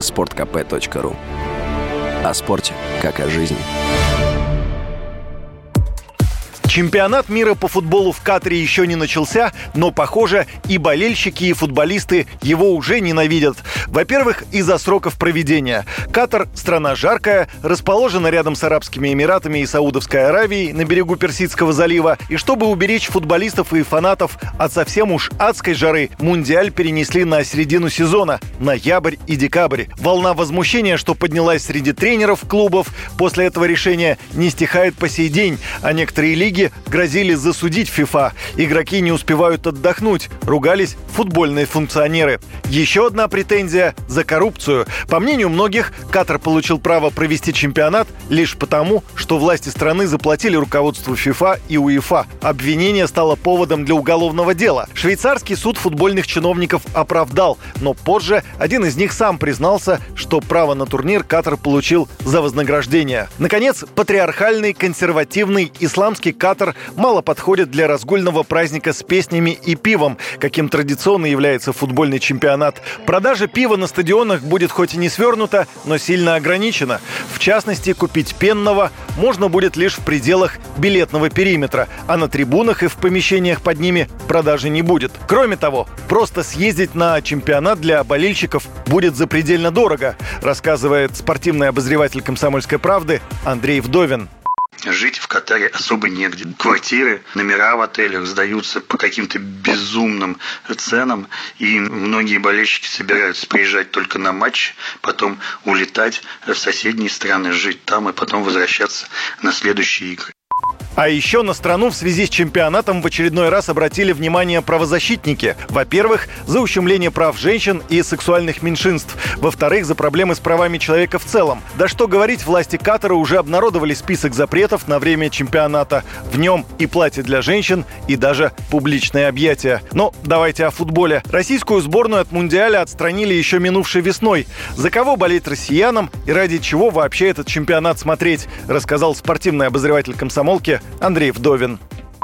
sportkp.ru. О спорте, как о жизни. Чемпионат мира по футболу в Катаре еще не начался, но, похоже, и болельщики, и футболисты его уже ненавидят. Во-первых, из-за сроков проведения. Катар – страна жаркая, расположена рядом с Арабскими Эмиратами и Саудовской Аравией на берегу Персидского залива. И чтобы уберечь футболистов и фанатов от совсем уж адской жары, Мундиаль перенесли на середину сезона – ноябрь и декабрь. Волна возмущения, что поднялась среди тренеров клубов, после этого решения не стихает по сей день, а некоторые лиги грозили засудить ФИФА. Игроки не успевают отдохнуть, ругались футбольные функционеры. Еще одна претензия – за коррупцию. По мнению многих, Катар получил право провести чемпионат лишь потому, что власти страны заплатили руководству ФИФА и УЕФА. Обвинение стало поводом для уголовного дела. Швейцарский суд футбольных чиновников оправдал, но позже один из них сам признался, что право на турнир Катар получил за вознаграждение. Наконец, патриархальный, консервативный, исламский Катар мало подходит для разгульного праздника с песнями и пивом, каким традиционно является футбольный чемпионат. Продажа пива на стадионах будет хоть и не свернута, но сильно ограничена. В частности, купить пенного можно будет лишь в пределах билетного периметра, а на трибунах и в помещениях под ними продажи не будет. Кроме того, просто съездить на чемпионат для болельщиков будет запредельно дорого, рассказывает спортивный обозреватель «Комсомольской правды» Андрей Вдовин. Жить в Катаре особо негде. Квартиры, номера в отелях сдаются по каким-то безумным ценам. И многие болельщики собираются приезжать только на матч, потом улетать в соседние страны, жить там и потом возвращаться на следующие игры. А еще на страну в связи с чемпионатом в очередной раз обратили внимание правозащитники. Во-первых, за ущемление прав женщин и сексуальных меньшинств. Во-вторых, за проблемы с правами человека в целом. Да что говорить, власти Катара уже обнародовали список запретов на время чемпионата. В нем и платье для женщин, и даже публичные объятия. Но давайте о футболе. Российскую сборную от Мундиаля отстранили еще минувшей весной. За кого болеть россиянам и ради чего вообще этот чемпионат смотреть, рассказал спортивный обозреватель «Комсомолки» Андрей Вдовин.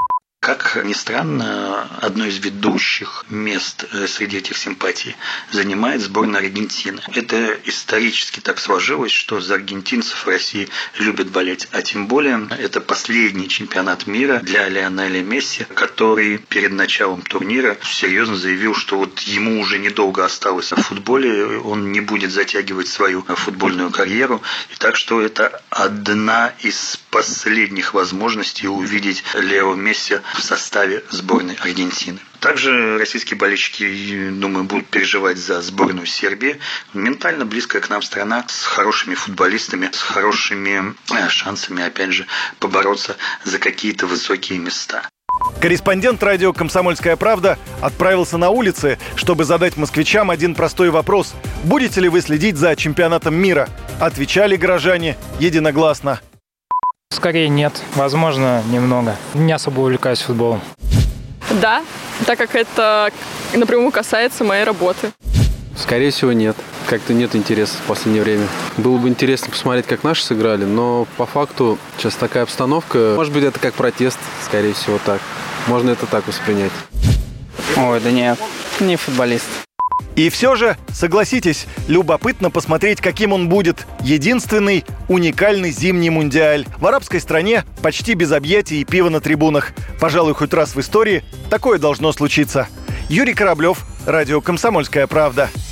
Как ни странно, одно из ведущих мест среди этих симпатий занимает сборная Аргентины. Это исторически так сложилось, что за аргентинцев в России любят болеть. А тем более, это последний чемпионат мира для Лионеля Месси, который перед началом турнира серьезно заявил, что вот ему уже недолго осталось в футболе, он не будет затягивать свою футбольную карьеру. И так что это одна из последних возможностей увидеть Лео Месси в составе сборной Аргентины. Также российские болельщики, думаю, будут переживать за сборную Сербии. Ментально близкая к нам страна с хорошими футболистами, с хорошими шансами, опять же, побороться за какие-то высокие места. Корреспондент радио «Комсомольская правда» отправился на улицы, чтобы задать москвичам один простой вопрос. Будете ли вы следить за чемпионатом мира? Отвечали горожане единогласно. Скорее нет. Возможно, немного. Не особо увлекаюсь футболом. Да, так как это напрямую касается моей работы. Скорее всего, нет. Как-то нет интереса в последнее время. Было бы интересно посмотреть, как наши сыграли, но по факту сейчас такая обстановка. Может быть, это как протест, скорее всего, так. Можно это так воспринять. Ой, да нет, не футболист. И все же, согласитесь, любопытно посмотреть, каким он будет. Единственный, уникальный зимний Мундиаль. В арабской стране почти без объятий и пива на трибунах. Пожалуй, хоть раз в истории такое должно случиться. Юрий Кораблев, радио «Комсомольская правда».